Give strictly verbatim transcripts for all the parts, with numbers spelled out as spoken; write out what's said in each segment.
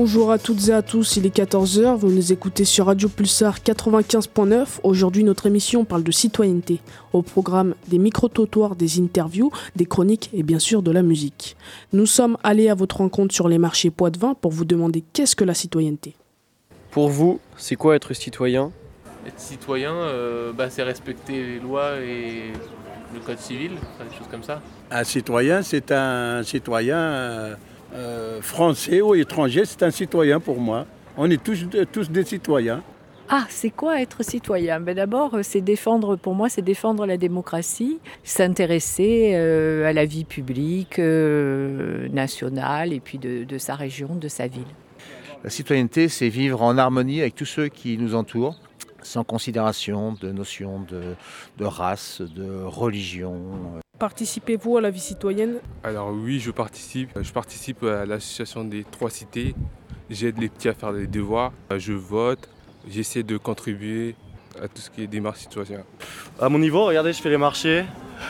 Bonjour à toutes et à tous, il est quatorze heures, vous nous écoutez sur Radio Pulsar quatre-vingt-quinze point neuf. Aujourd'hui, notre émission parle de citoyenneté. Au programme, des micro-trottoirs, des interviews, des chroniques et bien sûr de la musique. Nous sommes allés à votre rencontre sur les marchés Poitevin pour vous demander qu'est-ce que la citoyenneté. Pour vous, c'est quoi être citoyen ? Être citoyen, euh, bah, c'est respecter les lois et le code civil, enfin, des choses comme ça. Un citoyen, c'est un citoyen euh, euh, français ou étranger, c'est un citoyen pour moi. On est tous, tous des citoyens. Ah, c'est quoi être citoyen ? Ben d'abord, c'est défendre, pour moi, c'est défendre la démocratie, s'intéresser euh, à la vie publique, euh, nationale, et puis de, de sa région, de sa ville. La citoyenneté, c'est vivre en harmonie avec tous ceux qui nous entourent, sans considération de notions de, de race, de religion. Participez-vous à la vie citoyenne ? Alors oui, je participe. Je participe à l'association des trois cités. J'aide les petits à faire les devoirs. Je vote. J'essaie de contribuer à tout ce qui est démarche citoyenne. À mon niveau, regardez, je fais les marchés.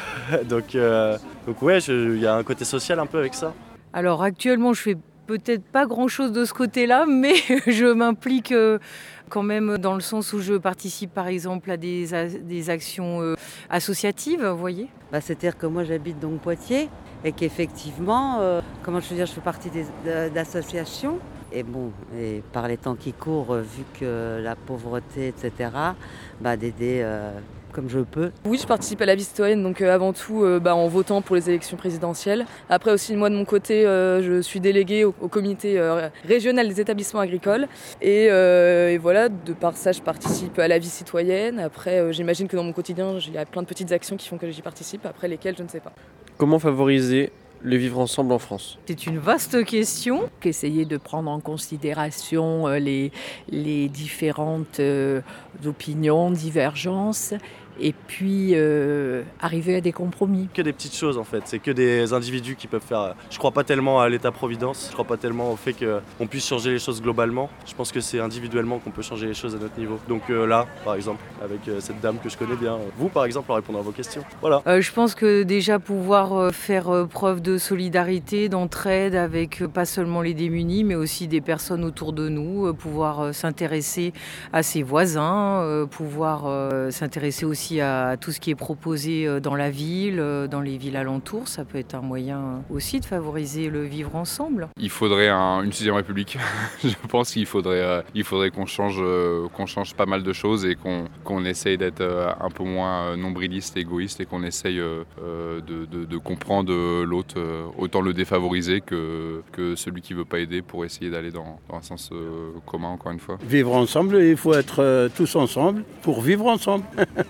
donc, euh, donc ouais, il y a un côté social un peu avec ça. Alors actuellement, je fais peut-être pas grand-chose de ce côté-là, mais je m'implique euh, quand même dans le sens où je participe par exemple à des, a- des actions euh, associatives, vous voyez. Bah, c'est-à-dire que moi j'habite donc Poitiers et qu'effectivement, euh, comment je veux dire, je fais partie des, de- d'associations. Et bon, et par les temps qui courent, euh, vu que la pauvreté, et cetera, bah, d'aider euh, comme je peux. Oui, je participe à la vie citoyenne, donc euh, avant tout euh, bah, en votant pour les élections présidentielles. Après aussi, moi de mon côté, euh, je suis déléguée au, au comité euh, régional des établissements agricoles. Et, euh, et voilà, de par ça, je participe à la vie citoyenne. Après, euh, j'imagine que dans mon quotidien, il y a plein de petites actions qui font que j'y participe, après lesquelles je ne sais pas. Comment favoriser le vivre ensemble en France ? C'est une vaste question. Essayer de prendre en considération euh, les, les différentes euh, opinions, divergences, et puis euh, arriver à des compromis. Que des petites choses en fait, c'est que des individus qui peuvent faire. Je crois pas tellement à l'état-providence, je crois pas tellement au fait qu'on puisse changer les choses globalement. Je pense que c'est individuellement qu'on peut changer les choses à notre niveau. Donc euh, là, par exemple, avec euh, cette dame que je connais bien, vous par exemple, en répondant à vos questions. Voilà. Euh, je pense que déjà pouvoir euh, faire euh, preuve de solidarité, d'entraide avec euh, pas seulement les démunis, mais aussi des personnes autour de nous, euh, pouvoir euh, s'intéresser à ses voisins, euh, pouvoir euh, s'intéresser aussi à tout ce qui est proposé dans la ville, dans les villes alentours. Ça peut être un moyen aussi de favoriser le vivre ensemble. Il faudrait un, une sixième république. Je pense qu'il faudrait, euh, il faudrait qu'on change, euh, qu'on change pas mal de choses et qu'on, qu'on essaye d'être euh, un peu moins nombriliste et égoïste et qu'on essaye euh, de, de, de comprendre l'autre, euh, autant le défavoriser que, que celui qui veut pas aider pour essayer d'aller dans, dans un sens euh, commun, encore une fois. Vivre ensemble, il faut être euh, tous ensemble pour vivre ensemble.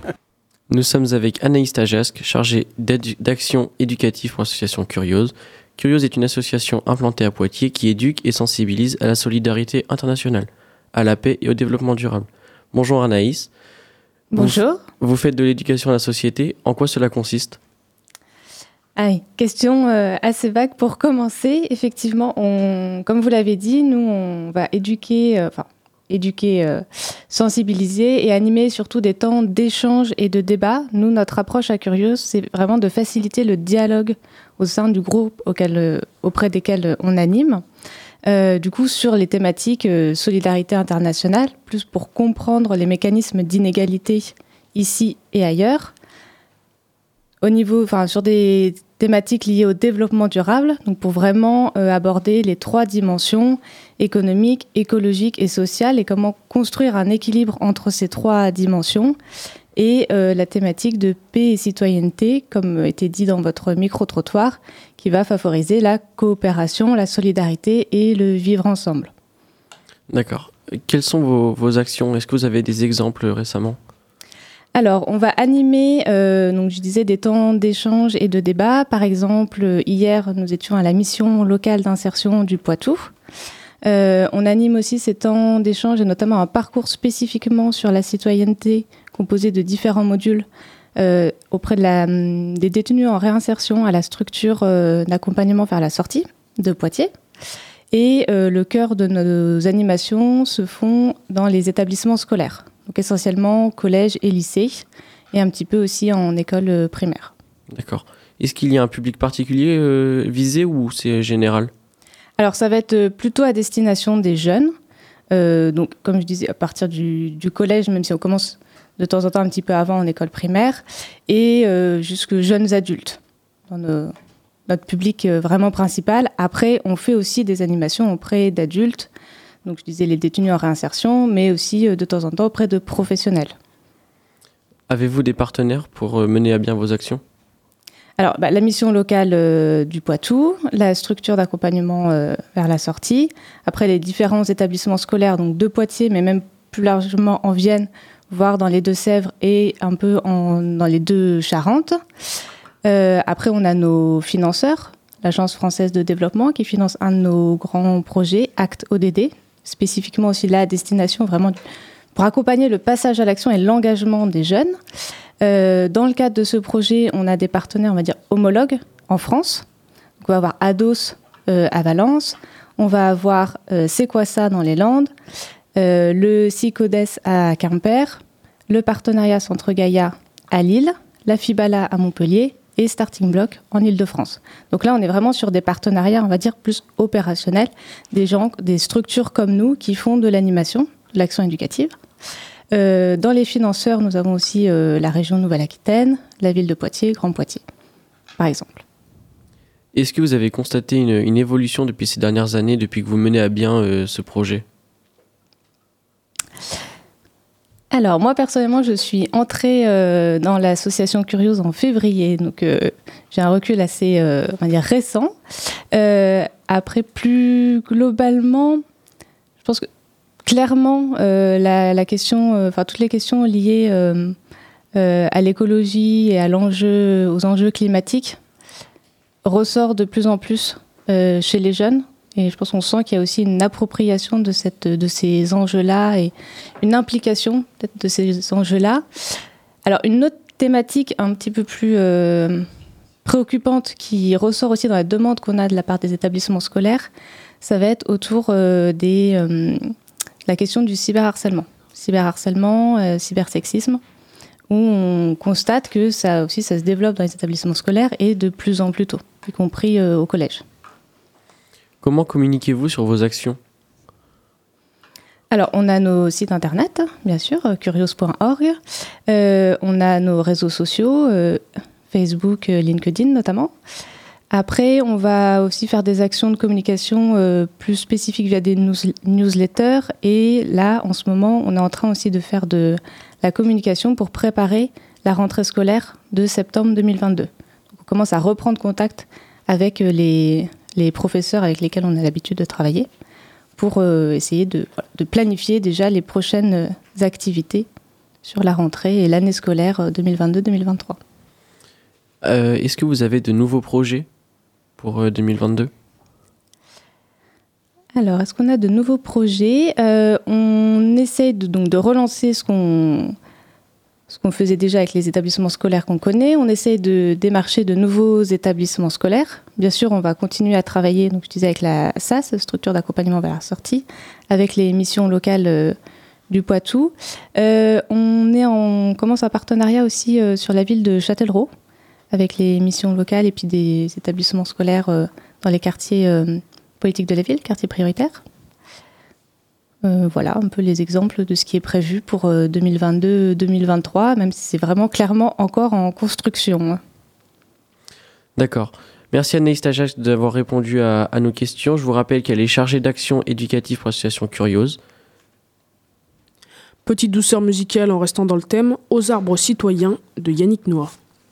Nous sommes avec Anaïs Tajasque, chargée d'action éducative pour l'association Curiose. Curiose est une association implantée à Poitiers qui éduque et sensibilise à la solidarité internationale, à la paix et au développement durable. Bonjour Anaïs. Bonjour. Vous, vous faites de l'éducation à la société. En quoi cela consiste ? Ah oui, question euh, assez vague pour commencer. Effectivement, on, comme vous l'avez dit, nous, on va éduquer... Enfin, euh, éduquer, euh, sensibiliser et animer surtout des temps d'échange et de débat. Nous, notre approche à Curiose, c'est vraiment de faciliter le dialogue au sein du groupe auquel, euh, auprès desquels on anime. Euh, du coup, sur les thématiques euh, solidarité internationale, plus pour comprendre les mécanismes d'inégalité ici et ailleurs. Au niveau, enfin, sur des thématiques liées au développement durable, donc pour vraiment euh, aborder les trois dimensions économiques, écologiques et sociales et comment construire un équilibre entre ces trois dimensions. Et euh, la thématique de paix et citoyenneté, comme était dit dans votre micro-trottoir, qui va favoriser la coopération, la solidarité et le vivre ensemble. D'accord. Quelles sont vos, vos actions ? Est-ce que vous avez des exemples récemment ? Alors, on va animer, euh, donc je disais, des temps d'échange et de débat. Par exemple, hier, nous étions à la mission locale d'insertion du Poitou. Euh, on anime aussi ces temps d'échange et notamment un parcours spécifiquement sur la citoyenneté composé de différents modules euh, auprès de la, des détenus en réinsertion à la structure euh, d'accompagnement vers la sortie de Poitiers. Et euh, le cœur de nos animations se font dans les établissements scolaires. Donc essentiellement collège et lycée, et un petit peu aussi en école primaire. D'accord. Est-ce qu'il y a un public particulier euh, visé ou c'est général ? Alors, ça va être plutôt à destination des jeunes. Euh, donc, comme je disais, à partir du, du collège, même si on commence de temps en temps un petit peu avant en école primaire, et euh, jusqu'aux jeunes adultes, dans nos, notre public euh, vraiment principal. Après, on fait aussi des animations auprès d'adultes, donc je disais les détenus en réinsertion, mais aussi euh, de temps en temps auprès de professionnels. Avez-vous des partenaires pour euh, mener à bien vos actions ? Alors, bah, la mission locale euh, du Poitou, la structure d'accompagnement euh, vers la sortie, après les différents établissements scolaires, donc de Poitiers, mais même plus largement en Vienne, voire dans les Deux-Sèvres et un peu en, dans les deux Charentes. Euh, après, on a nos financeurs, l'Agence française de développement, qui finance un de nos grands projets, Acte O D D, spécifiquement aussi la destination vraiment pour accompagner le passage à l'action et l'engagement des jeunes. Euh, dans le cadre de ce projet, on a des partenaires, on va dire, homologues en France. Donc, on va avoir Ados euh, à Valence, on va avoir euh, C'est quoi ça dans les Landes, euh, le CICODES à Quimper, le partenariat Centre Gaïa à Lille, la Fibala à Montpellier et Starting Block en Île-de-France. Donc là, on est vraiment sur des partenariats, on va dire, plus opérationnels, des gens, des structures comme nous qui font de l'animation, de l'action éducative. Euh, dans les financeurs, nous avons aussi euh, la région Nouvelle-Aquitaine, la ville de Poitiers, Grand Poitiers, par exemple. Est-ce que vous avez constaté une, une évolution depuis ces dernières années, depuis que vous menez à bien euh, ce projet ? Alors, moi, personnellement, je suis entrée euh, dans l'association Curiose en février, donc euh, j'ai un recul assez, euh, on va dire, récent. Euh, après, plus globalement, je pense que clairement, euh, la, la question, enfin, euh, toutes les questions liées euh, euh, à l'écologie et à l'enjeu, aux enjeux climatiques ressortent de plus en plus euh, chez les jeunes. Et je pense qu'on sent qu'il y a aussi une appropriation de, cette, de ces enjeux-là et une implication peut-être de ces enjeux-là. Alors, une autre thématique un petit peu plus euh, préoccupante qui ressort aussi dans la demande qu'on a de la part des établissements scolaires, ça va être autour euh, des... Euh, la question du cyberharcèlement, cyberharcèlement, euh, cybersexisme, où on constate que ça aussi ça se développe dans les établissements scolaires et de plus en plus tôt, y compris euh, au collège. Comment communiquez-vous sur vos actions ? Alors, on a nos sites internet, bien sûr, curiose point org. Euh, on a nos réseaux sociaux, euh, Facebook, LinkedIn notamment. Après, on va aussi faire des actions de communication euh, plus spécifiques via des news- newsletters. Et là, en ce moment, on est en train aussi de faire de la communication pour préparer la rentrée scolaire de septembre deux mille vingt-deux. Donc, on commence à reprendre contact avec les, les professeurs avec lesquels on a l'habitude de travailler pour euh, essayer de, voilà, de planifier déjà les prochaines activités sur la rentrée et l'année scolaire deux mille vingt-deux deux mille vingt-trois. Euh, est-ce que vous avez de nouveaux projets pour euh, deux mille vingt-deux ? Alors, est-ce qu'on a de nouveaux projets ? euh, On essaye de, donc, de relancer ce qu'on, ce qu'on faisait déjà avec les établissements scolaires qu'on connaît. On essaye de démarcher de nouveaux établissements scolaires. Bien sûr, on va continuer à travailler, donc, je disais, avec la S A S, structure d'accompagnement vers la sortie, avec les missions locales euh, du Poitou. Euh, on, est en, on commence un partenariat aussi euh, sur la ville de Châtellerault, avec les missions locales et puis des établissements scolaires euh, dans les quartiers euh, politiques de la ville, quartiers prioritaires. Euh, voilà un peu les exemples de ce qui est prévu pour euh, deux mille vingt-deux deux mille vingt-trois, même si c'est vraiment clairement encore en construction. D'accord. Merci Anaïs Tajac d'avoir répondu à, à nos questions. Je vous rappelle qu'elle est chargée d'action éducative pour l'association Curiose. Petite douceur musicale en restant dans le thème, Aux arbres citoyens de Yannick Noah.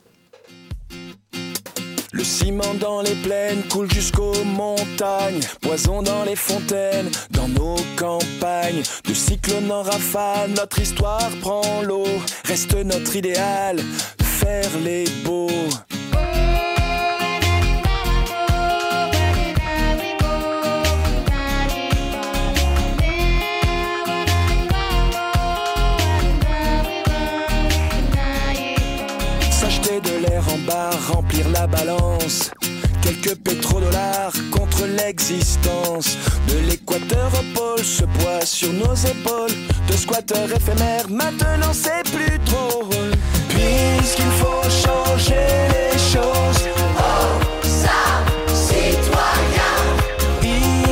Le ciment dans les plaines coule jusqu'aux montagnes, poison dans les fontaines, dans nos campagnes. De cyclone en rafale, notre histoire prend l'eau. Reste notre idéal, faire les beaux. S'acheter de l'air en barre, remplir la balance. Quelques pétrodollars contre l'existence. De l'équateur au pôle, ce poids sur nos épaules. De squatteurs éphémères, maintenant c'est plus drôle. Puisqu'il faut changer les choses. Oh, ça, citoyen.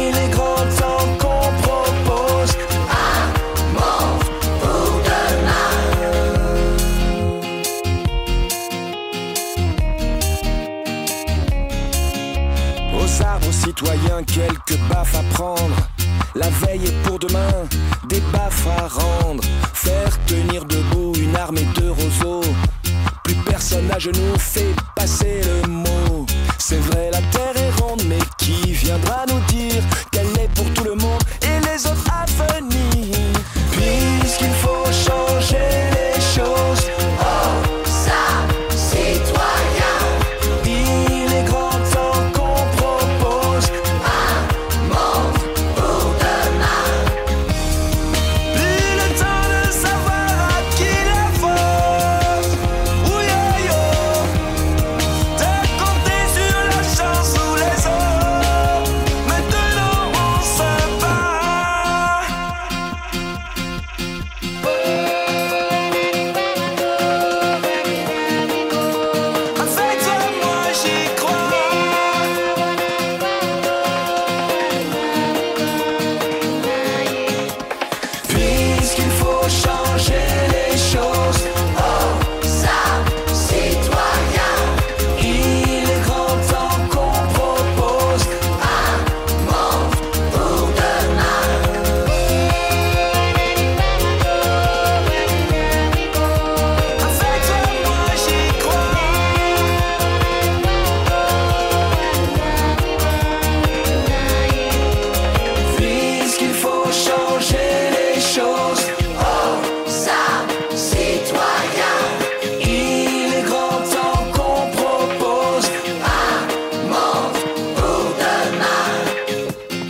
citoyen, quelques baffes à prendre. La veille est pour demain, des baffes à rendre. Faire tenir debout une armée de roseaux. Plus personne à genoux fait passer le mot. C'est vrai, la terre est ronde, mais qui viendra nous dire qu'elle est pour tout le monde et les autres à venir? Puisqu'il faut changer les choses, oh, ça, citoyen, il est grand temps qu'on propose un monde pour demain. Plus le temps de savoir à qui la faute, oui, yo, yo, de compter sur la chance ou les autres. Maintenant on se bat. Avec toi, moi j'y crois. Puisqu'il faut changer les choses, oh, ça, citoyen, il est grand temps qu'on propose un monde pour demain. Avec toi, moi j'y crois. Puisqu'il faut changer les choses, oh, ça, citoyen, il est grand temps qu'on propose un monde pour demain.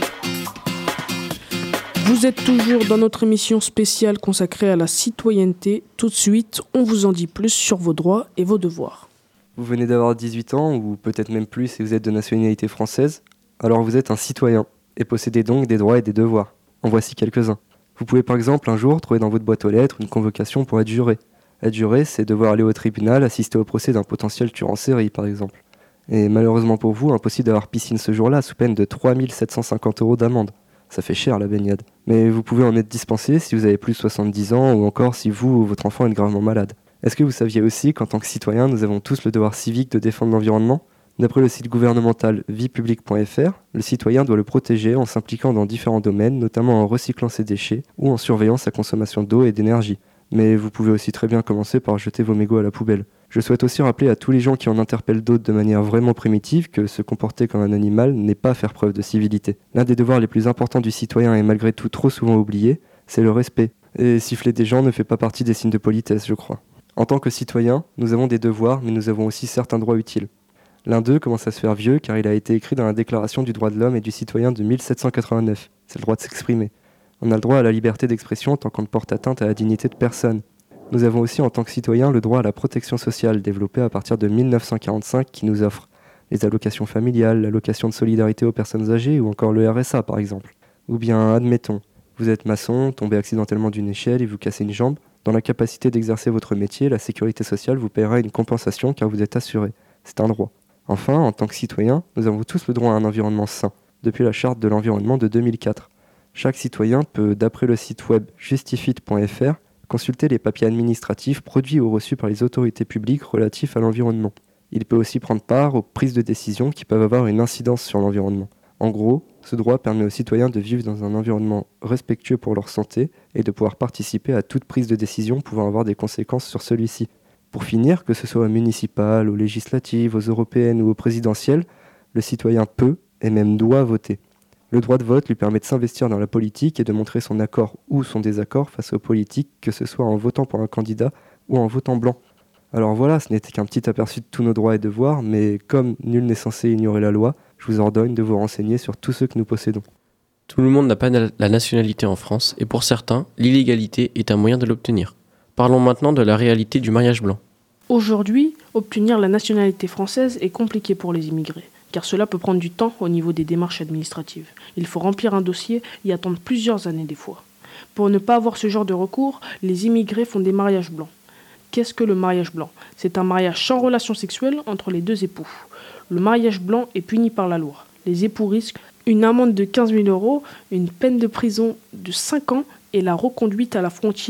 Vous êtes toujours dans notre émission spéciale consacrée à la citoyenneté. Tout de suite, on vous en dit plus sur vos droits et vos devoirs. Vous venez d'avoir dix-huit ans, ou peut-être même plus et vous êtes de nationalité française, alors vous êtes un citoyen, et possédez donc des droits et des devoirs. En voici quelques-uns. Vous pouvez par exemple un jour trouver dans votre boîte aux lettres une convocation pour être juré. Être juré, c'est devoir aller au tribunal assister au procès d'un potentiel tueur en série par exemple. Et malheureusement pour vous, impossible d'avoir piscine ce jour-là sous peine de trois mille sept cent cinquante euros d'amende. Ça fait cher la baignade. Mais vous pouvez en être dispensé si vous avez plus de soixante-dix ans ou encore si vous ou votre enfant êtes gravement malade. Est-ce que vous saviez aussi qu'en tant que citoyen, nous avons tous le devoir civique de défendre l'environnement ? D'après le site gouvernemental vie publique point f r, le citoyen doit le protéger en s'impliquant dans différents domaines, notamment en recyclant ses déchets ou en surveillant sa consommation d'eau et d'énergie. Mais vous pouvez aussi très bien commencer par jeter vos mégots à la poubelle. Je souhaite aussi rappeler à tous les gens qui en interpellent d'autres de manière vraiment primitive que se comporter comme un animal n'est pas faire preuve de civilité. L'un des devoirs les plus importants du citoyen est malgré tout trop souvent oublié, c'est le respect. Et siffler des gens ne fait pas partie des signes de politesse, je crois. En tant que citoyen, nous avons des devoirs, mais nous avons aussi certains droits utiles. L'un d'eux commence à se faire vieux car il a été écrit dans la Déclaration du droit de l'homme et du citoyen de mille sept cent quatre-vingt-neuf. C'est le droit de s'exprimer. On a le droit à la liberté d'expression tant qu'on ne porte atteinte à la dignité de personne. Nous avons aussi en tant que citoyens le droit à la protection sociale développée à partir de mille neuf cent quarante-cinq qui nous offre les allocations familiales, l'allocation de solidarité aux personnes âgées ou encore le R S A par exemple. Ou bien, admettons, vous êtes maçon, tombez accidentellement d'une échelle et vous cassez une jambe. Dans la capacité d'exercer votre métier, la sécurité sociale vous paiera une compensation car vous êtes assuré. C'est un droit. Enfin, en tant que citoyens, nous avons tous le droit à un environnement sain, depuis la Charte de l'environnement de deux mille quatre. Chaque citoyen peut, d'après le site web justifit point f r, consulter les papiers administratifs produits ou reçus par les autorités publiques relatifs à l'environnement. Il peut aussi prendre part aux prises de décision qui peuvent avoir une incidence sur l'environnement. En gros, ce droit permet aux citoyens de vivre dans un environnement respectueux pour leur santé et de pouvoir participer à toute prise de décision pouvant avoir des conséquences sur celui-ci. Pour finir, que ce soit aux municipales, aux législatives, aux européennes ou aux présidentielles, le citoyen peut et même doit voter. Le droit de vote lui permet de s'investir dans la politique et de montrer son accord ou son désaccord face aux politiques, que ce soit en votant pour un candidat ou en votant blanc. Alors voilà, ce n'était qu'un petit aperçu de tous nos droits et devoirs, mais comme nul n'est censé ignorer la loi, je vous ordonne de vous renseigner sur tous ceux que nous possédons. Tout le monde n'a pas la nationalité en France, et pour certains, l'illégalité est un moyen de l'obtenir. Parlons maintenant de la réalité du mariage blanc. Aujourd'hui, obtenir la nationalité française est compliqué pour les immigrés, car cela peut prendre du temps au niveau des démarches administratives. Il faut remplir un dossier et attendre plusieurs années des fois. Pour ne pas avoir ce genre de recours, les immigrés font des mariages blancs. Qu'est-ce que le mariage blanc ? C'est un mariage sans relation sexuelle entre les deux époux. Le mariage blanc est puni par la loi. Les époux risquent une amende de quinze mille euros, une peine de prison de cinq ans et la reconduite à la frontière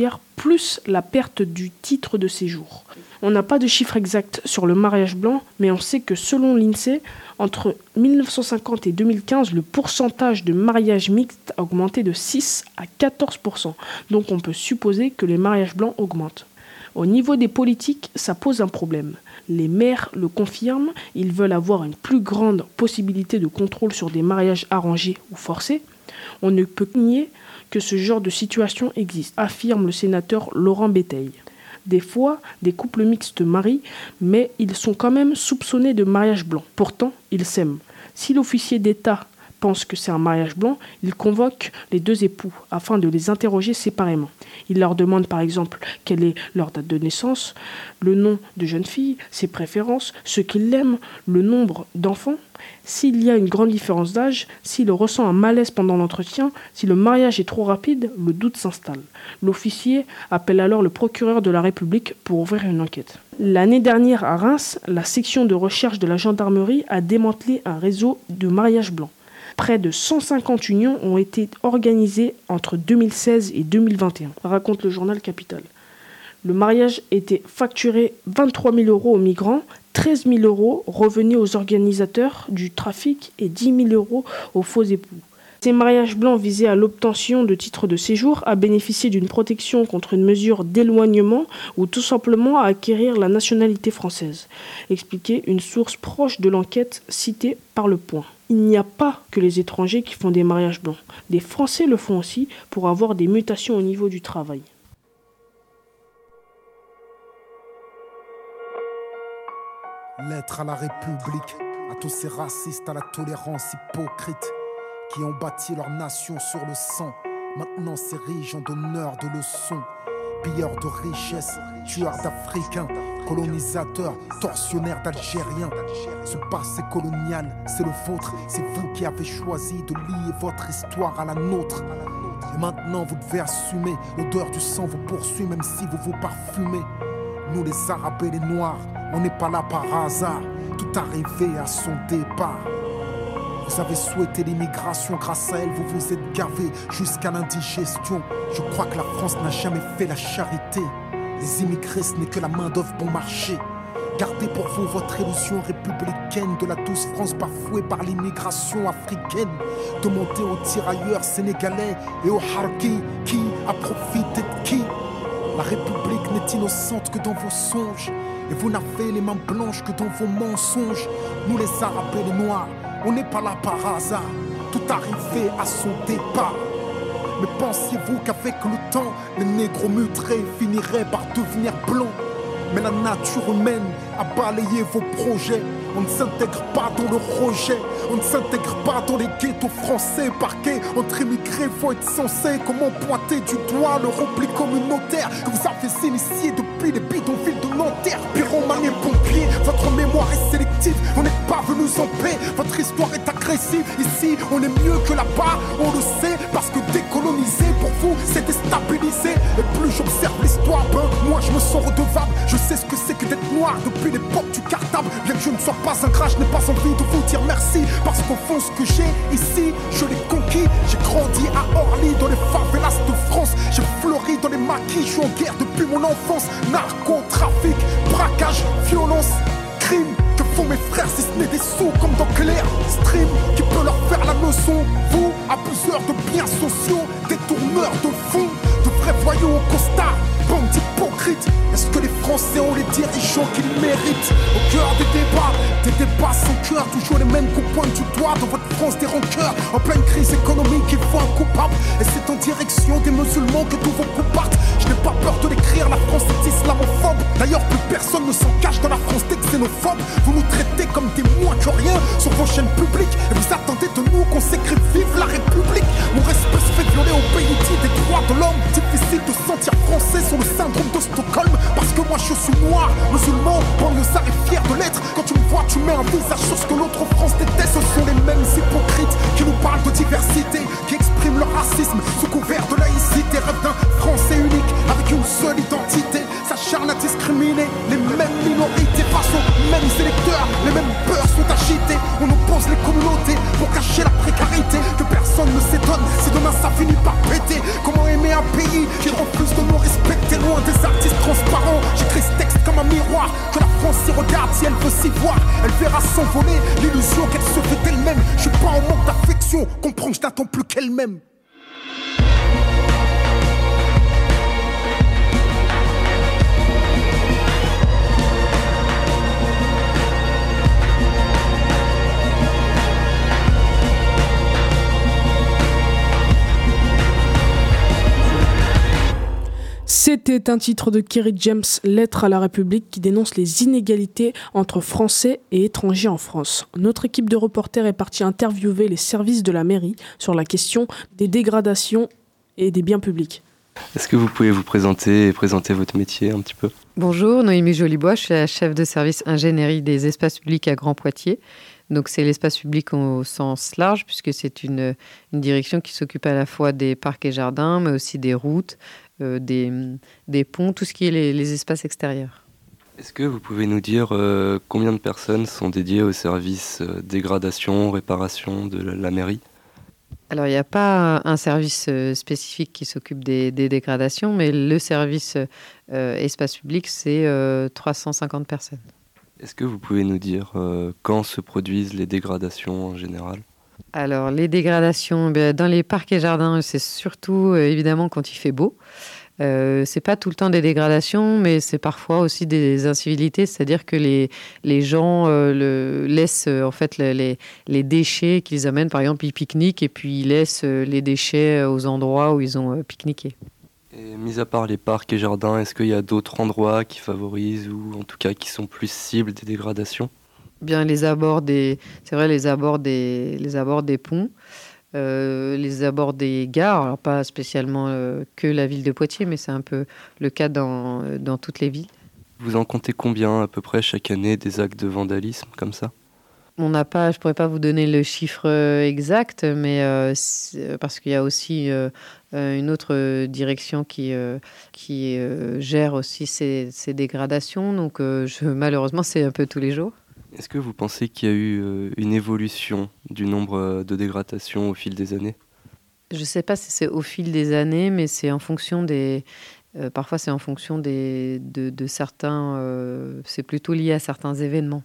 plus la perte du titre de séjour. On n'a pas de chiffre exact sur le mariage blanc, mais on sait que selon l'INSEE, entre mille neuf cent cinquante et deux mille quinze, le pourcentage de mariages mixtes a augmenté de six à quatorze pour cent. Donc on peut supposer que les mariages blancs augmentent. Au niveau des politiques, ça pose un problème. Les maires le confirment, ils veulent avoir une plus grande possibilité de contrôle sur des mariages arrangés ou forcés. On ne peut nier que ce genre de situation existe, affirme le sénateur Laurent Béteille. Des fois, des couples mixtes marient, mais ils sont quand même soupçonnés de mariage blanc. Pourtant, ils s'aiment. Si l'officier d'État pense que c'est un mariage blanc, il convoque les deux époux afin de les interroger séparément. Il leur demande par exemple quelle est leur date de naissance, le nom de jeune fille, ses préférences, ce qu'il aime, le nombre d'enfants. S'il y a une grande différence d'âge, s'il ressent un malaise pendant l'entretien, si le mariage est trop rapide, le doute s'installe. L'officier appelle alors le procureur de la République pour ouvrir une enquête. L'année dernière à Reims, la section de recherche de la gendarmerie a démantelé un réseau de mariage blanc. Près de cent cinquante unions ont été organisées entre deux mille seize et deux mille vingt et un, raconte le journal Capital. Le mariage était facturé vingt-trois mille euros aux migrants, treize mille euros revenaient aux organisateurs du trafic et dix mille euros aux faux époux. Ces mariages blancs visaient à l'obtention de titres de séjour, à bénéficier d'une protection contre une mesure d'éloignement ou tout simplement à acquérir la nationalité française, expliquait une source proche de l'enquête citée par Le Point. Il n'y a pas que les étrangers qui font des mariages blancs. Des Français le font aussi pour avoir des mutations au niveau du travail. Lettre à la République, à tous ces racistes, à la tolérance hypocrite, qui ont bâti leur nation sur le sang, maintenant s'érigent en donneurs de leçons, pilleurs de richesses, tueurs d'Africains, colonisateurs, tortionnaires d'Algériens. Ce passé colonial, c'est le vôtre, c'est vous qui avez choisi de lier votre histoire à la nôtre. Et maintenant vous devez assumer, l'odeur du sang vous poursuit même si vous vous parfumez. Nous les Arabes et les Noirs, on n'est pas là par hasard, tout arrivé à son départ. Vous avez souhaité l'immigration, grâce à elle vous vous êtes gavé jusqu'à l'indigestion. Je crois que la France n'a jamais fait la charité. Les immigrés ce n'est que la main d'œuvre bon marché. Gardez pour vous votre illusion républicaine de la douce France bafouée par l'immigration africaine. Demandez aux tirailleurs sénégalais et aux harkis qui a profité de qui. La République n'est innocente que dans vos songes, et vous n'avez les mains blanches que dans vos mensonges. Nous les Arabes et les Noirs, on n'est pas là par hasard, tout arrivé à son départ. Mais pensiez-vous qu'avec le temps, les négros mutrés finiraient par devenir blancs? Mais la nature humaine a balayé vos projets. On ne s'intègre pas dans le rejet, on ne s'intègre pas dans les ghettos français. Parqués entre immigrés, faut être censé. Comment pointer du doigt le repli communautaire que vous avez initié depuis les bidonvilles de Nanterre? Pyromanie et pompiers, votre mémoire est sélective, on n'est pas venus en paix. Votre histoire est agressive, ici on est mieux que là-bas, on le sait. Parce que décoloniser pour vous c'est déstabiliser. Et plus j'observe l'histoire, ben moi je me sens redevable. Je sais ce que c'est que d'être noir depuis l'époque du cartable. Bien que je ne sois pas un gras, je n'ai pas envie de vous dire merci. Parce qu'au fond ce que j'ai ici, je l'ai conquis. J'ai grandi à Orly dans les favelas de France. J'ai fleuri dans les maquis, je suis en guerre depuis mon enfance. Narcotrafic, braquage, violence, crime. Que font mes frères si ce n'est des sous comme dans Clair Stream qui peut leur faire la leçon? Vous, abuseurs de biens sociaux, détourneurs de fonds, de vrais voyous au costard, bande d'hypocrites. Est-ce que les Français ont les dirigeants qu'ils méritent? Au cœur des débats, des débats sans cœur, toujours les mêmes qu'on pointe du doigt dans votre France des rancœurs. En pleine crise économique, il faut un coupable, et c'est en direction des musulmans que tous vos coups partent. Je n'ai pas peur de l'écrire, la France est islamophobe. D'ailleurs plus personne ne s'en cache dans la France des xénophobes. Vous nous traitez comme des moins que rien sur vos chaînes publiques, et vous attendez de nous qu'on s'écrit vive la République. Mon respect se fait violer au pays dit des droits de l'homme. Difficile de sentir français sur le syndrome de Stockholm. Parce que moi je suis noir, musulman, banlieusard et fier de l'être. Quand tu me vois tu mets un visage sur ce que l'autre France déteste. Ce sont les mêmes hypocrites qui nous parlent de diversité, qui expriment leur racisme sous couvert de laïcité. Rêve d'un français unique avec une seule identité, s'acharne à discriminer les mêmes minorités face aux mêmes électeurs. Les mêmes peurs sont agités, on oppose les communautés pour cacher la précarité. Que personne ne s'étonne si demain ça finit par péter. Comment aimer un pays qui refuse de nous respecter? si regarde, si elle veut s'y voir, elle verra s'envoler l'illusion qu'elle se fait d'elle-même. Je suis pas en manque d'affection, comprends que je n'attends plus qu'elle m'aime. C'était un titre de Kerry James, Lettre à la République, qui dénonce les inégalités entre Français et étrangers en France. Notre équipe de reporters est partie interviewer les services de la mairie sur la question des dégradations et des biens publics. Est-ce que vous pouvez vous présenter et présenter votre métier un petit peu ? Bonjour, Noémie Jolibois, je suis la chef de service ingénierie des espaces publics à Grand Poitiers. Donc c'est l'espace public au sens large, puisque c'est une, une direction qui s'occupe à la fois des parcs et jardins, mais aussi des routes, euh, des, des ponts, tout ce qui est les, les espaces extérieurs. Est-ce que vous pouvez nous dire euh, combien de personnes sont dédiées au service euh, dégradation, réparation de la, la mairie ? Alors, il n'y a pas un service euh, spécifique qui s'occupe des, des dégradations, mais le service euh, espace public, c'est euh, trois cent cinquante personnes. Est-ce que vous pouvez nous dire euh, quand se produisent les dégradations en général ? Alors, les dégradations, ben, dans les parcs et jardins, c'est surtout euh, évidemment quand il fait beau. Euh, c'est pas tout le temps des dégradations, mais c'est parfois aussi des incivilités, c'est-à-dire que les, les gens euh, le, laissent euh, en fait les, les déchets qu'ils amènent, par exemple, ils pique-niquent et puis ils laissent euh, les déchets aux endroits où ils ont euh, pique-niqué. Et mis à part les parcs et jardins, est-ce qu'il y a d'autres endroits qui favorisent ou en tout cas qui sont plus cibles des dégradations ? Bien les abords des, c'est vrai les abords des, les abords des ponts, euh, les abords des gares. Alors pas spécialement euh, que la ville de Poitiers, mais c'est un peu le cas dans dans toutes les villes. Vous en comptez combien à peu près chaque année des actes de vandalisme comme ça ? On n'a pas, je pourrais pas vous donner le chiffre exact, mais euh, parce qu'il y a aussi euh, une autre direction qui euh, qui euh, gère aussi ces, ces dégradations. Donc euh, je, malheureusement, c'est un peu tous les jours. Est-ce que vous pensez qu'il y a eu euh, une évolution du nombre de dégradations au fil des années ? Je ne sais pas si c'est au fil des années, mais c'est en fonction des. Euh, parfois, c'est en fonction des de, de certains. Euh, c'est plutôt lié à certains événements.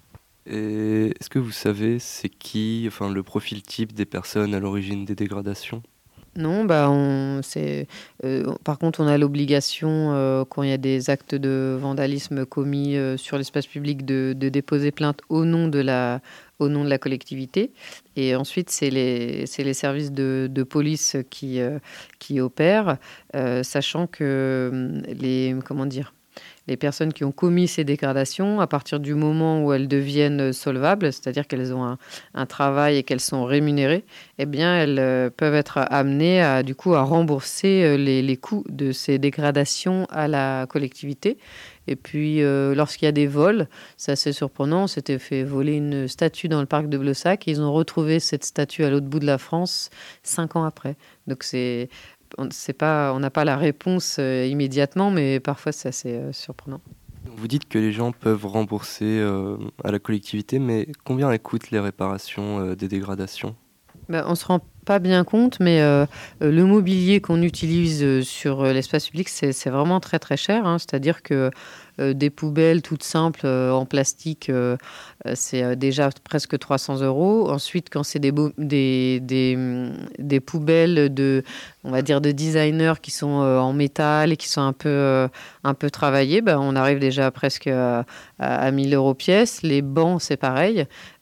Et est-ce que vous savez c'est qui, enfin le profil type des personnes à l'origine des dégradations ? Non, bah on, c'est, euh, par contre, on a l'obligation, euh, quand il y a des actes de vandalisme commis euh, sur l'espace public, de, de déposer plainte au nom de la, au nom de la collectivité. Et ensuite, c'est les, c'est les services de, de police qui, euh, qui opèrent, euh, sachant que les, comment dire, les personnes qui ont commis ces dégradations, à partir du moment où elles deviennent solvables, c'est-à-dire qu'elles ont un, un travail et qu'elles sont rémunérées, eh bien, elles euh, peuvent être amenées à, du coup, à rembourser euh, les, les coûts de ces dégradations à la collectivité. Et puis, euh, lorsqu'il y a des vols, c'est assez surprenant. On s'était fait voler une statue dans le parc de Blossac et ils ont retrouvé cette statue à l'autre bout de la France cinq ans après. Donc, c'est... On c'est pas, on n'a pas la réponse euh, immédiatement, mais parfois c'est assez euh, surprenant. Vous dites que les gens peuvent rembourser euh, à la collectivité, mais combien coûtent les réparations euh, des dégradations ? Ben, on ne se rend pas bien compte, mais euh, le mobilier qu'on utilise sur l'espace public, c'est, c'est vraiment très très cher. Hein. C'est-à-dire que euh, des poubelles toutes simples euh, en plastique, euh, c'est déjà presque trois cents euros. Ensuite, quand c'est des, beau- des, des, des poubelles de, on va dire, de designers qui sont euh, en métal et qui sont un peu, euh, un peu travaillées, ben, on arrive déjà presque à, à, à mille euros pièce. Les bancs, c'est pareil.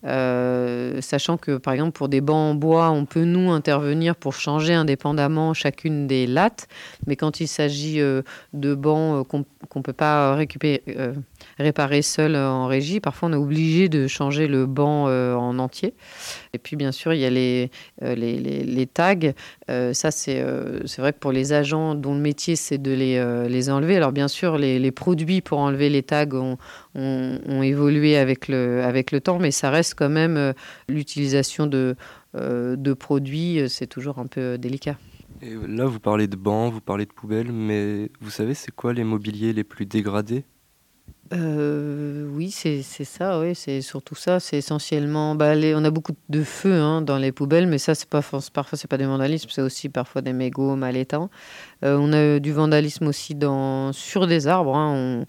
Euh, sachant que, par exemple, pour des bancs en bois, on peut, nous, intervenir pour changer indépendamment chacune des lattes. Mais quand il s'agit euh, de bancs euh, qu'on qu'on ne peut pas récupérer, euh, réparer seul en régie, parfois on est obligé de changer le banc euh, en entier. Et puis, bien sûr, il y a les, euh, les, les, les tags. Euh, ça, c'est, euh, c'est vrai que pour les agents dont le métier, c'est de les, euh, les enlever. Alors, bien sûr, les, les produits pour enlever les tags ont, ont, ont évolué avec le, avec le temps, mais ça reste quand même euh, l'utilisation de, euh, de produits, c'est toujours un peu délicat. Et là, vous parlez de bancs, vous parlez de poubelles, mais vous savez, c'est quoi les mobiliers les plus dégradés ? Euh, oui, c'est, c'est ça, oui, c'est surtout ça. C'est essentiellement, bah, les, on a beaucoup de feu hein, dans les poubelles, mais ça, c'est pas, parfois, c'est pas du vandalisme, c'est aussi parfois des mégots mal éteints. Euh, on a du vandalisme aussi dans, sur des arbres. Hein, on,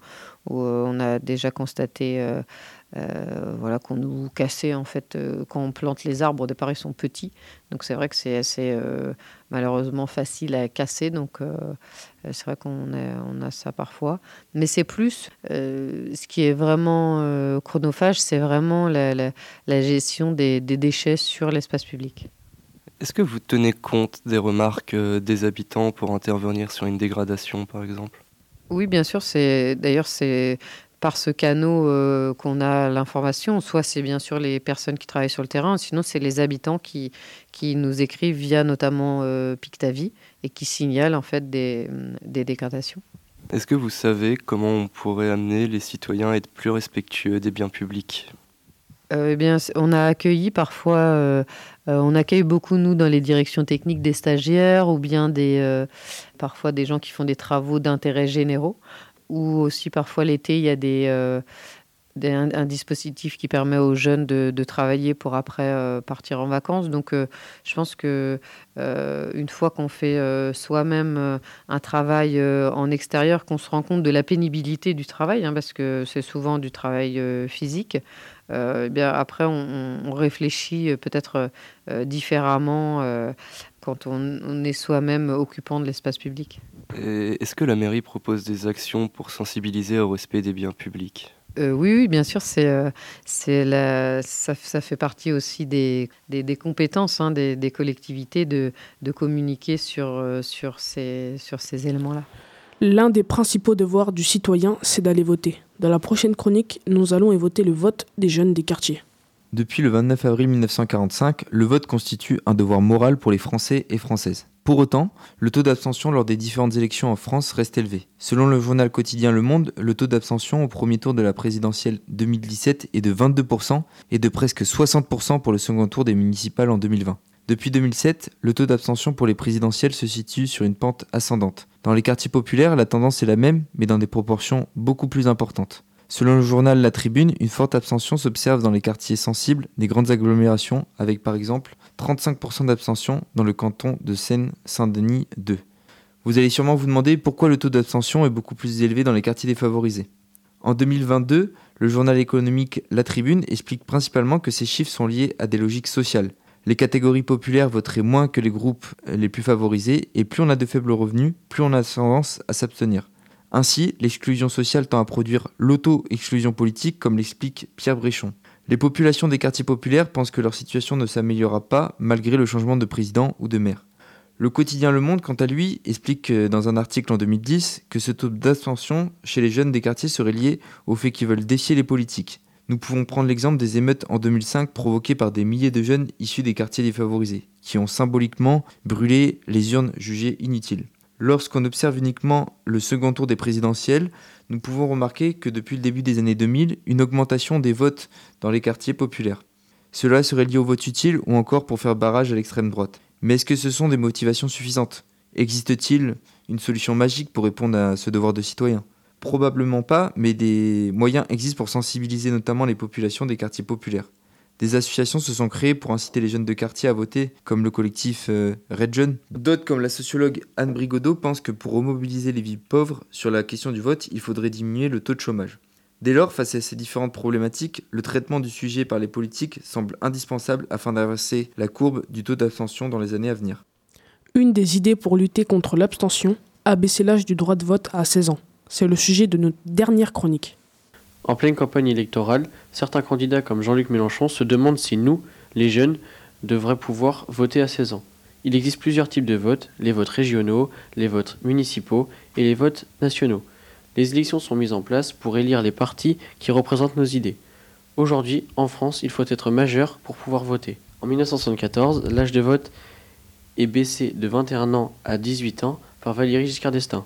où euh, on a déjà constaté euh, euh, voilà, qu'on nous cassait en fait euh, quand on plante les arbres. Au départ, ils sont petits, donc c'est vrai que c'est assez euh, malheureusement facile à casser. Donc euh, c'est vrai qu'on a, on a ça parfois, mais c'est plus euh, ce qui est vraiment euh, chronophage, c'est vraiment la, la, la gestion des, des déchets sur l'espace public. Est-ce que vous tenez compte des remarques euh, des habitants pour intervenir sur une dégradation, par exemple ? Oui, bien sûr. C'est, d'ailleurs, c'est par ce canot euh, qu'on a l'information. Soit c'est bien sûr les personnes qui travaillent sur le terrain, sinon c'est les habitants qui, qui nous écrivent via notamment euh, Pictavie et qui signalent en fait des, des dégradations. Est-ce que vous savez comment on pourrait amener les citoyens à être plus respectueux des biens publics ? Euh, eh bien, on a accueilli parfois, euh, euh, on accueille beaucoup, nous, dans les directions techniques, des stagiaires ou bien des, euh, parfois des gens qui font des travaux d'intérêt généraux. Ou aussi, parfois, l'été, il y a des, euh, des, un, un dispositif qui permet aux jeunes de, de travailler pour après euh, partir en vacances. Donc, euh, je pense que euh, une fois qu'on fait euh, soi-même euh, un travail euh, en extérieur, qu'on se rend compte de la pénibilité du travail, hein, parce que c'est souvent du travail euh, physique, Euh, eh bien, après, on, on réfléchit peut-être euh, différemment euh, quand on, on est soi-même occupant de l'espace public. Et est-ce que la mairie propose des actions pour sensibiliser au respect des biens publics ? Euh, oui, oui, bien sûr, c'est, euh, c'est la, ça, ça fait partie aussi des, des, des compétences hein, des, des collectivités de, de communiquer sur, euh, sur, ces, sur ces éléments-là. L'un des principaux devoirs du citoyen, c'est d'aller voter. Dans la prochaine chronique, nous allons évoquer le vote des jeunes des quartiers. Depuis le vingt-neuf avril mille neuf cent quarante-cinq, le vote constitue un devoir moral pour les Français et Françaises. Pour autant, le taux d'abstention lors des différentes élections en France reste élevé. Selon le journal quotidien Le Monde, le taux d'abstention au premier tour de la présidentielle deux mille dix-sept est de vingt-deux pour cent et de presque soixante pour cent pour le second tour des municipales en deux mille vingt. Depuis deux mille sept, le taux d'abstention pour les présidentielles se situe sur une pente ascendante. Dans les quartiers populaires, la tendance est la même, mais dans des proportions beaucoup plus importantes. Selon le journal La Tribune, une forte abstention s'observe dans les quartiers sensibles des grandes agglomérations, avec par exemple trente-cinq pour cent d'abstention dans le canton de Seine-Saint-Denis deux. Vous allez sûrement vous demander pourquoi le taux d'abstention est beaucoup plus élevé dans les quartiers défavorisés. En deux mille vingt-deux, le journal économique La Tribune explique principalement que ces chiffres sont liés à des logiques sociales. Les catégories populaires voteraient moins que les groupes les plus favorisés, et plus on a de faibles revenus, plus on a tendance à s'abstenir. Ainsi, l'exclusion sociale tend à produire l'auto-exclusion politique, comme l'explique Pierre Bréchon. Les populations des quartiers populaires pensent que leur situation ne s'améliorera pas malgré le changement de président ou de maire. Le quotidien Le Monde, quant à lui, explique dans un article en deux mille dix que ce taux d'abstention chez les jeunes des quartiers serait lié au fait qu'ils veulent défier les politiques. Nous pouvons prendre l'exemple des émeutes en deux mille cinq provoquées par des milliers de jeunes issus des quartiers défavorisés, qui ont symboliquement brûlé les urnes jugées inutiles. Lorsqu'on observe uniquement le second tour des présidentielles, nous pouvons remarquer que depuis le début des années deux mille, une augmentation des votes dans les quartiers populaires. Cela serait lié au vote utile ou encore pour faire barrage à l'extrême droite. Mais est-ce que ce sont des motivations suffisantes ? Existe-t-il une solution magique pour répondre à ce devoir de citoyen ? Probablement pas, mais des moyens existent pour sensibiliser notamment les populations des quartiers populaires. Des associations se sont créées pour inciter les jeunes de quartier à voter, comme le collectif euh, Red Jeune. D'autres, comme la sociologue Anne Brigodeau, pensent que pour remobiliser les villes pauvres sur la question du vote, il faudrait diminuer le taux de chômage. Dès lors, face à ces différentes problématiques, le traitement du sujet par les politiques semble indispensable afin d'inverser la courbe du taux d'abstention dans les années à venir. Une des idées pour lutter contre l'abstention, abaisser l'âge du droit de vote à seize ans. C'est le sujet de notre dernière chronique. En pleine campagne électorale, certains candidats comme Jean-Luc Mélenchon se demandent si nous, les jeunes, devraient pouvoir voter à seize ans. Il existe plusieurs types de votes, les votes régionaux, les votes municipaux et les votes nationaux. Les élections sont mises en place pour élire les partis qui représentent nos idées. Aujourd'hui, en France, il faut être majeur pour pouvoir voter. En mille neuf cent soixante-quatorze, l'âge de vote est baissé de vingt et un ans à dix-huit ans par Valéry Giscard d'Estaing.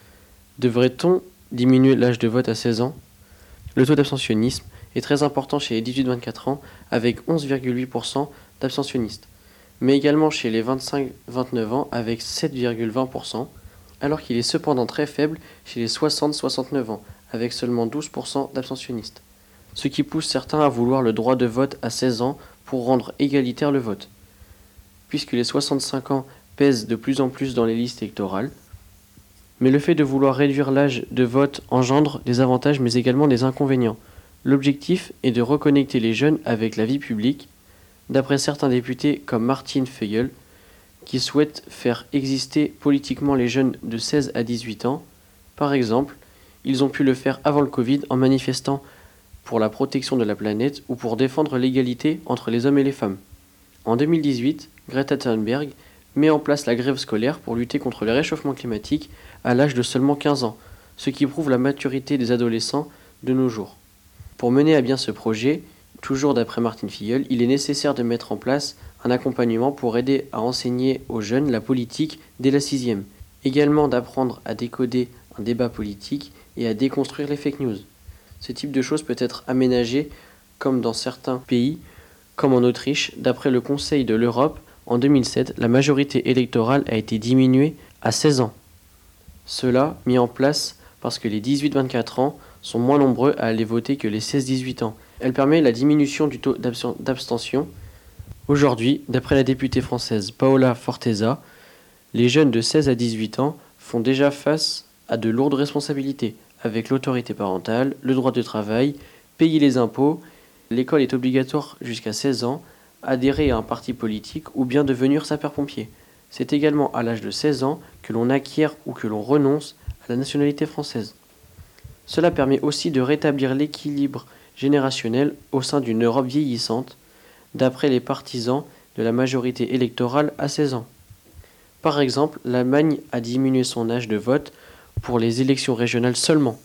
Devrait-on diminuer l'âge de vote à seize ans ? Le taux d'abstentionnisme est très important chez les dix-huit à vingt-quatre ans, avec onze virgule huit pour cent d'abstentionnistes, mais également chez les vingt-cinq à vingt-neuf ans, avec sept virgule vingt pour cent, alors qu'il est cependant très faible chez les soixante à soixante-neuf ans, avec seulement douze pour cent d'abstentionnistes, ce qui pousse certains à vouloir le droit de vote à seize ans pour rendre égalitaire le vote. Puisque les soixante-cinq ans pèsent de plus en plus dans les listes électorales, Mais le fait de vouloir réduire l'âge de vote engendre des avantages mais également des inconvénients. L'objectif est de reconnecter les jeunes avec la vie publique, d'après certains députés comme Martine Fayol, qui souhaitent faire exister politiquement les jeunes de seize à dix-huit ans. Par exemple, ils ont pu le faire avant le Covid en manifestant pour la protection de la planète ou pour défendre l'égalité entre les hommes et les femmes. En deux mille dix-huit, Greta Thunberg met en place la grève scolaire pour lutter contre le réchauffement climatique à l'âge de seulement quinze ans, ce qui prouve la maturité des adolescents de nos jours. Pour mener à bien ce projet, toujours d'après Martine Filleul, il est nécessaire de mettre en place un accompagnement pour aider à enseigner aux jeunes la politique dès la sixième. Également d'apprendre à décoder un débat politique et à déconstruire les fake news. Ce type de choses peut être aménagé comme dans certains pays, comme en Autriche. D'après le Conseil de l'Europe, en deux mille sept, la majorité électorale a été diminuée à seize ans. Cela mis en place parce que les dix-huit à vingt-quatre ans sont moins nombreux à aller voter que les seize à dix-huit ans. Elle permet la diminution du taux d'abstention. Aujourd'hui, d'après la députée française Paola Forteza, les jeunes de seize à dix-huit ans font déjà face à de lourdes responsabilités, avec l'autorité parentale, le droit de travail, payer les impôts. L'école est obligatoire jusqu'à seize ans, adhérer à un parti politique ou bien devenir sapeur-pompier. C'est également à l'âge de seize ans que l'on acquiert ou que l'on renonce à la nationalité française. Cela permet aussi de rétablir l'équilibre générationnel au sein d'une Europe vieillissante, d'après les partisans de la majorité électorale à seize ans. Par exemple, l'Allemagne a diminué son âge de vote pour les élections régionales seulement.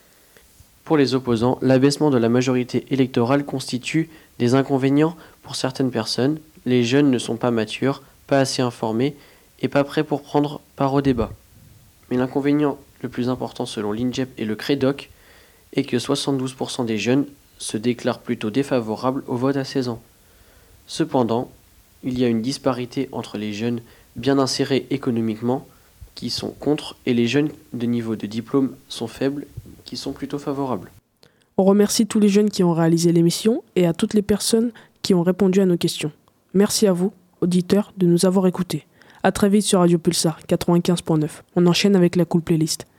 Pour les opposants, l'abaissement de la majorité électorale constitue des inconvénients pour certaines personnes. Les jeunes ne sont pas matures, pas assez informés et pas prêts pour prendre part au débat. Mais l'inconvénient le plus important selon l'INJEP et le CREDOC est que soixante-douze pour cent des jeunes se déclarent plutôt défavorables au vote à seize ans. Cependant, il y a une disparité entre les jeunes bien insérés économiquement qui sont contre et les jeunes de niveau de diplôme sont faibles qui sont plutôt favorables. On remercie tous les jeunes qui ont réalisé l'émission et à toutes les personnes qui ont répondu à nos questions. Merci à vous, auditeurs, de nous avoir écoutés. À très vite sur Radio Pulsar quatre-vingt-quinze point neuf. On enchaîne avec la Cool Playlist.